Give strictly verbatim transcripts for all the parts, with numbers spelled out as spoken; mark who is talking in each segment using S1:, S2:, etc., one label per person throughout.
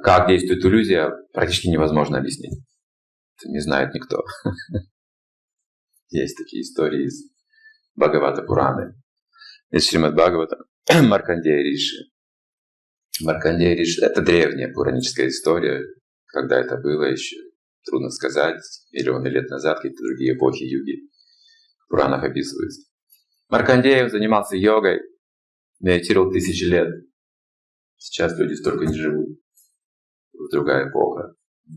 S1: как действует иллюзия, практически невозможно объяснить. Это не знает никто. Есть такие истории из Бхагавата Пураны, из Шримад Бхагавата, Маркандея Риши. Маркандея Риши — это древняя пураническая история. Когда это было, еще трудно сказать. Миллионы лет назад, какие-то другие эпохи юги в Пуранах описываются. Маркандеев занимался йогой, медитировал тысячи лет. Сейчас люди столько не живут. Другая эпоха.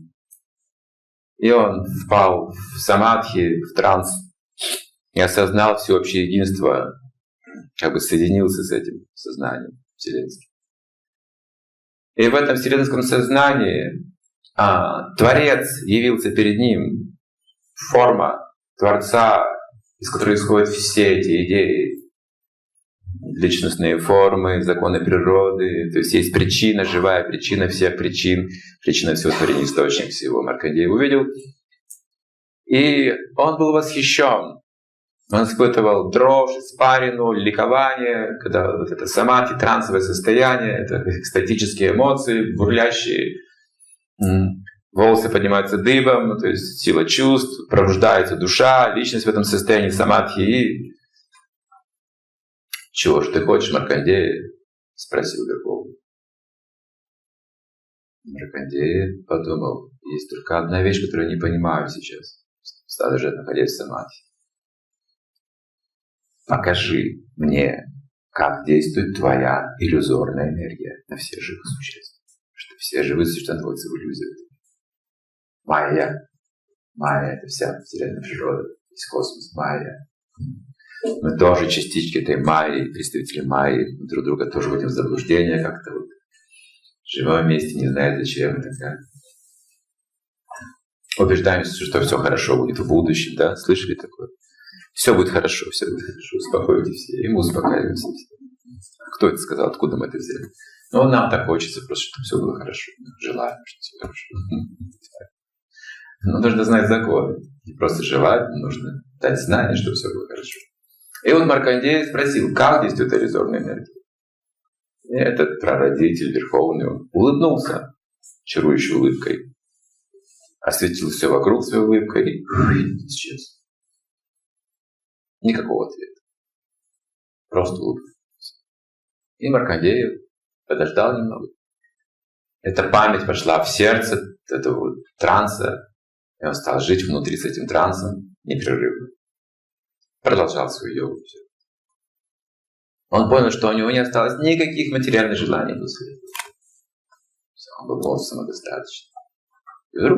S1: И он впал в самадхи, в транс, и осознал всеобщее единство, как бы соединился с этим сознанием вселенским. И в этом вселенском сознании а, Творец явился перед ним, форма Творца, из которой исходят все эти идеи, личностные формы, законы природы. То есть есть причина, живая причина всех причин, причина всего творения, источник всего. Маркандеев увидел. И он был восхищен. Он испытывал дрожь, испарину, ликование, когда вот это самадхи, трансовое состояние, это экстатические эмоции, бурлящие. Волосы поднимаются дыбом, то есть сила чувств, пробуждается душа, личность в этом состоянии самадхи. И «Чего ж ты хочешь, Маркандея?» — спросил Верховный. Маркандея подумал: есть только одна вещь, которую я не понимаю сейчас, даже находясь в самадхи. Покажи мне, как действует твоя иллюзорная энергия на всех живых существ. Что все живые существа находятся в иллюзиях. Майя. Майя — это вся вселенная природа, весь космос, майя. Мы тоже частички этой майи, представители майи, друг друга тоже вводим в заблуждение как-то вот. Живем вместе, не знаю зачем и так далее. Убеждаемся, что все хорошо будет в будущем, да? Слышали такое? Все будет хорошо, все будет хорошо, успокойтесь все. И мы успокаиваемся все. Кто это сказал, откуда мы это взяли? Ну, нам так хочется просто, чтобы все было хорошо. Желаем, чтобы все хорошо. Но нужно знать законы. Не просто желать, нужно дать знание, чтобы все было хорошо. И вот Маркандея спросил, как действует иллюзорная энергия. И этот прародитель Верховный улыбнулся чарующей улыбкой, осветил все вокруг своей улыбкой и исчез. Никакого ответа. Просто улыбка. И Маркандея подождал немного. Эта память пошла в сердце этого транса, и он стал жить внутри с этим трансом непрерывно. Продолжал свою йогу. Он понял, что у него не осталось никаких материальных желаний после этого. Он был полностью самодостаточен. И вдруг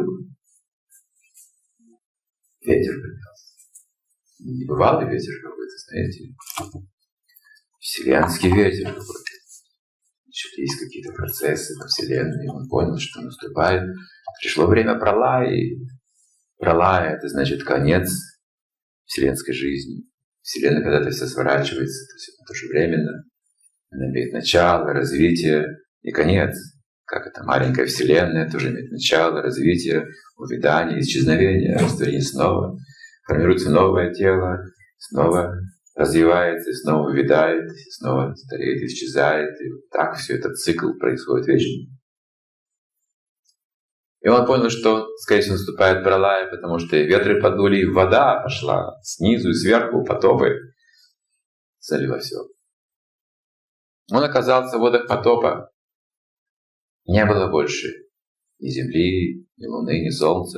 S1: ветер поднялся. Небывалый ветер какой-то, знаете. Вселенский ветер какой-то. Начались какие-то процессы во Вселенной. Он понял, что наступает. Пришло время пралаи. Пралая — это значит конец вселенской жизни. Вселенная когда-то вся сворачивается, то есть это тоже временно. Она имеет начало, развитие и конец. Как это маленькая Вселенная тоже имеет начало, развитие, увядание, исчезновение, растворение снова. Формируется новое тело, снова развивается, и снова увядает, и снова стареет, и исчезает. И вот так все этот цикл происходит вечно. И он понял, что, скорее всего, наступает пралая, потому что и ветры подули, и вода пошла снизу и сверху, потопы, залило все. Он оказался в водах потопа. Не было больше ни земли, ни луны, ни солнца.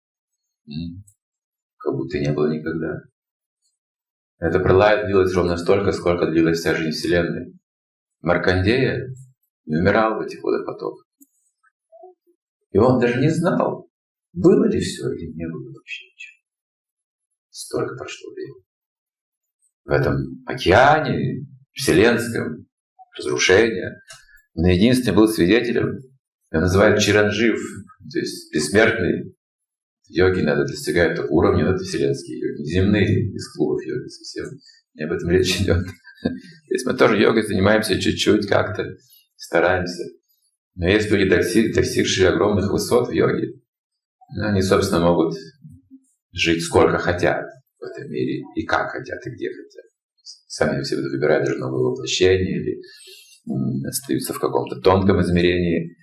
S1: Как будто не было никогда. Эта пралая длилась ровно столько, сколько длилась вся жизнь Вселенной. Маркандея не умирал в этих водах потопа. И он даже не знал, было ли все или не было вообще ничего. Столько прошло времени. В этом океане вселенском разрушения он единственный был свидетелем. Его называют Чиранджив, то есть бессмертный. Йоги надо достигать этого уровня, но это вселенские йоги, не земные, из клубов йоги совсем. Не об этом речь идет. То есть мы тоже йогой занимаемся чуть-чуть, как-то стараемся. Но есть люди, достиг, достигшие огромных высот в йоге, они, собственно, могут жить сколько хотят в этом мире, и как хотят, и где хотят. Сами себе выбирают даже новые воплощения, или остаются в каком-то тонком измерении.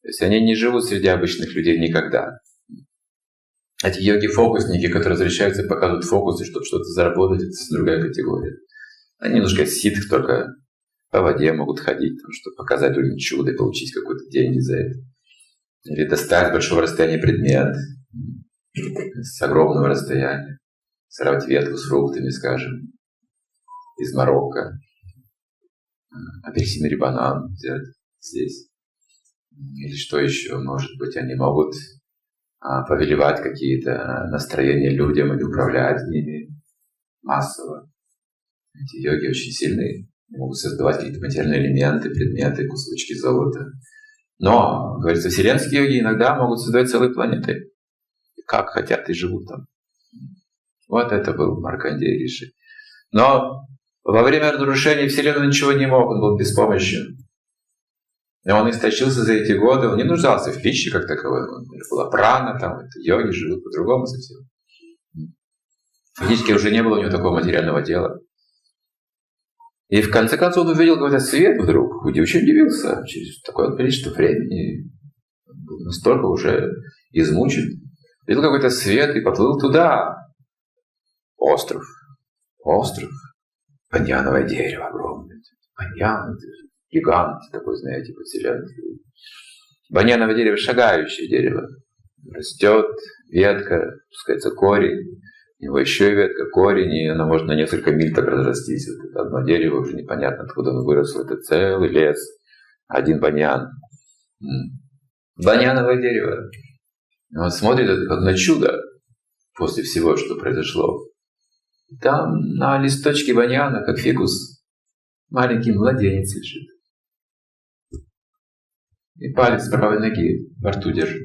S1: То есть они не живут среди обычных людей никогда. Эти йоги-фокусники, которые возвращаются и показывают фокусы, чтобы что-то заработать, это другая категория. Они немножко ситх, только по воде могут ходить, там, чтобы показать другим чудо и получить какие-то деньги за это. Или достать с большого расстояния предмет, с огромного расстояния. Сорвать ветку с фруктами, скажем, из Марокко. Апельсин или банан взять здесь. Или что еще? Может быть, они могут а, повелевать какие-то настроения людям или управлять ними массово. Эти йоги очень сильные. Они могут создавать какие-то материальные элементы, предметы, кусочки золота. Но, говорится, вселенские йоги иногда могут создавать целые планеты. Как хотят и живут там. Вот это был Маркандея Риши. Но во время разрушения Вселенной он ничего не мог, он был беспомощен. И он истощился за эти годы, он не нуждался в пище как таковой. Была прана, там, это йоги живут по-другому совсем. Фактически уже не было у него такого материального тела. И в конце концов он увидел какой-то свет вдруг, очень удивился. Через такое количество времени он был настолько уже измучен. Видел какой-то свет и поплыл туда. Остров. Остров. Баньяновое дерево огромное. Баньян, гигант такой, знаете, по вселенной. Баньяновое дерево, шагающее дерево. Растет, ветка, пускается корень. У него еще ветка, корень, и она может на несколько миль так разрастись. Вот это одно дерево, уже непонятно, откуда оно выросло. Это целый лес. Один баньян. Баньяновое дерево. И он смотрит это как на чудо после всего, что произошло. Там на листочке баньяна, как фикус, маленький младенец лежит. И палец правой ноги во рту держит.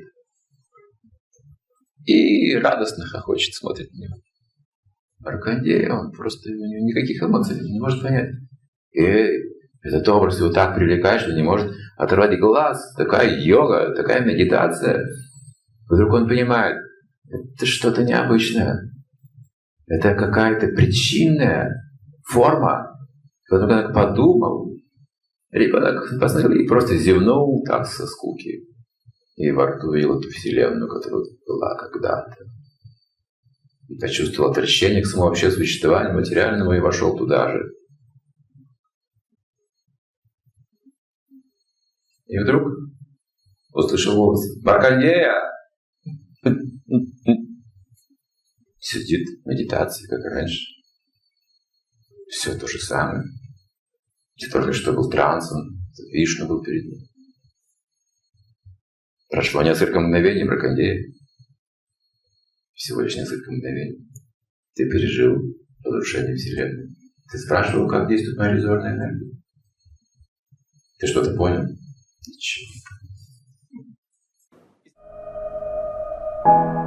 S1: И радостно хохочет, смотрит на него. Маркандея, он просто, у него никаких эмоций, не может понять. И этот образ его так привлекает, что не может оторвать глаз. Такая йога, такая медитация. Вдруг он понимает, это что-то необычное. Это какая-то причинная форма. Потом он подумал, ребенок посмотрел и просто зевнул так со скуки. И во рту увидел эту вселенную, которая была когда-то. И почувствовал отвращение к самому вообще существованию материальному и вошел туда же. И вдруг услышал голос: «Маркандея!» Сидит в медитации, как раньше. Все то же самое. И только что был трансом, Вишну был перед ним. Прошло несколько мгновений, Маркандея. Всего лишь несколько мгновений. Ты пережил разрушение Вселенной. Ты спрашивал, как действует моя иллюзорная энергия. Ты что-то понял? Ничего.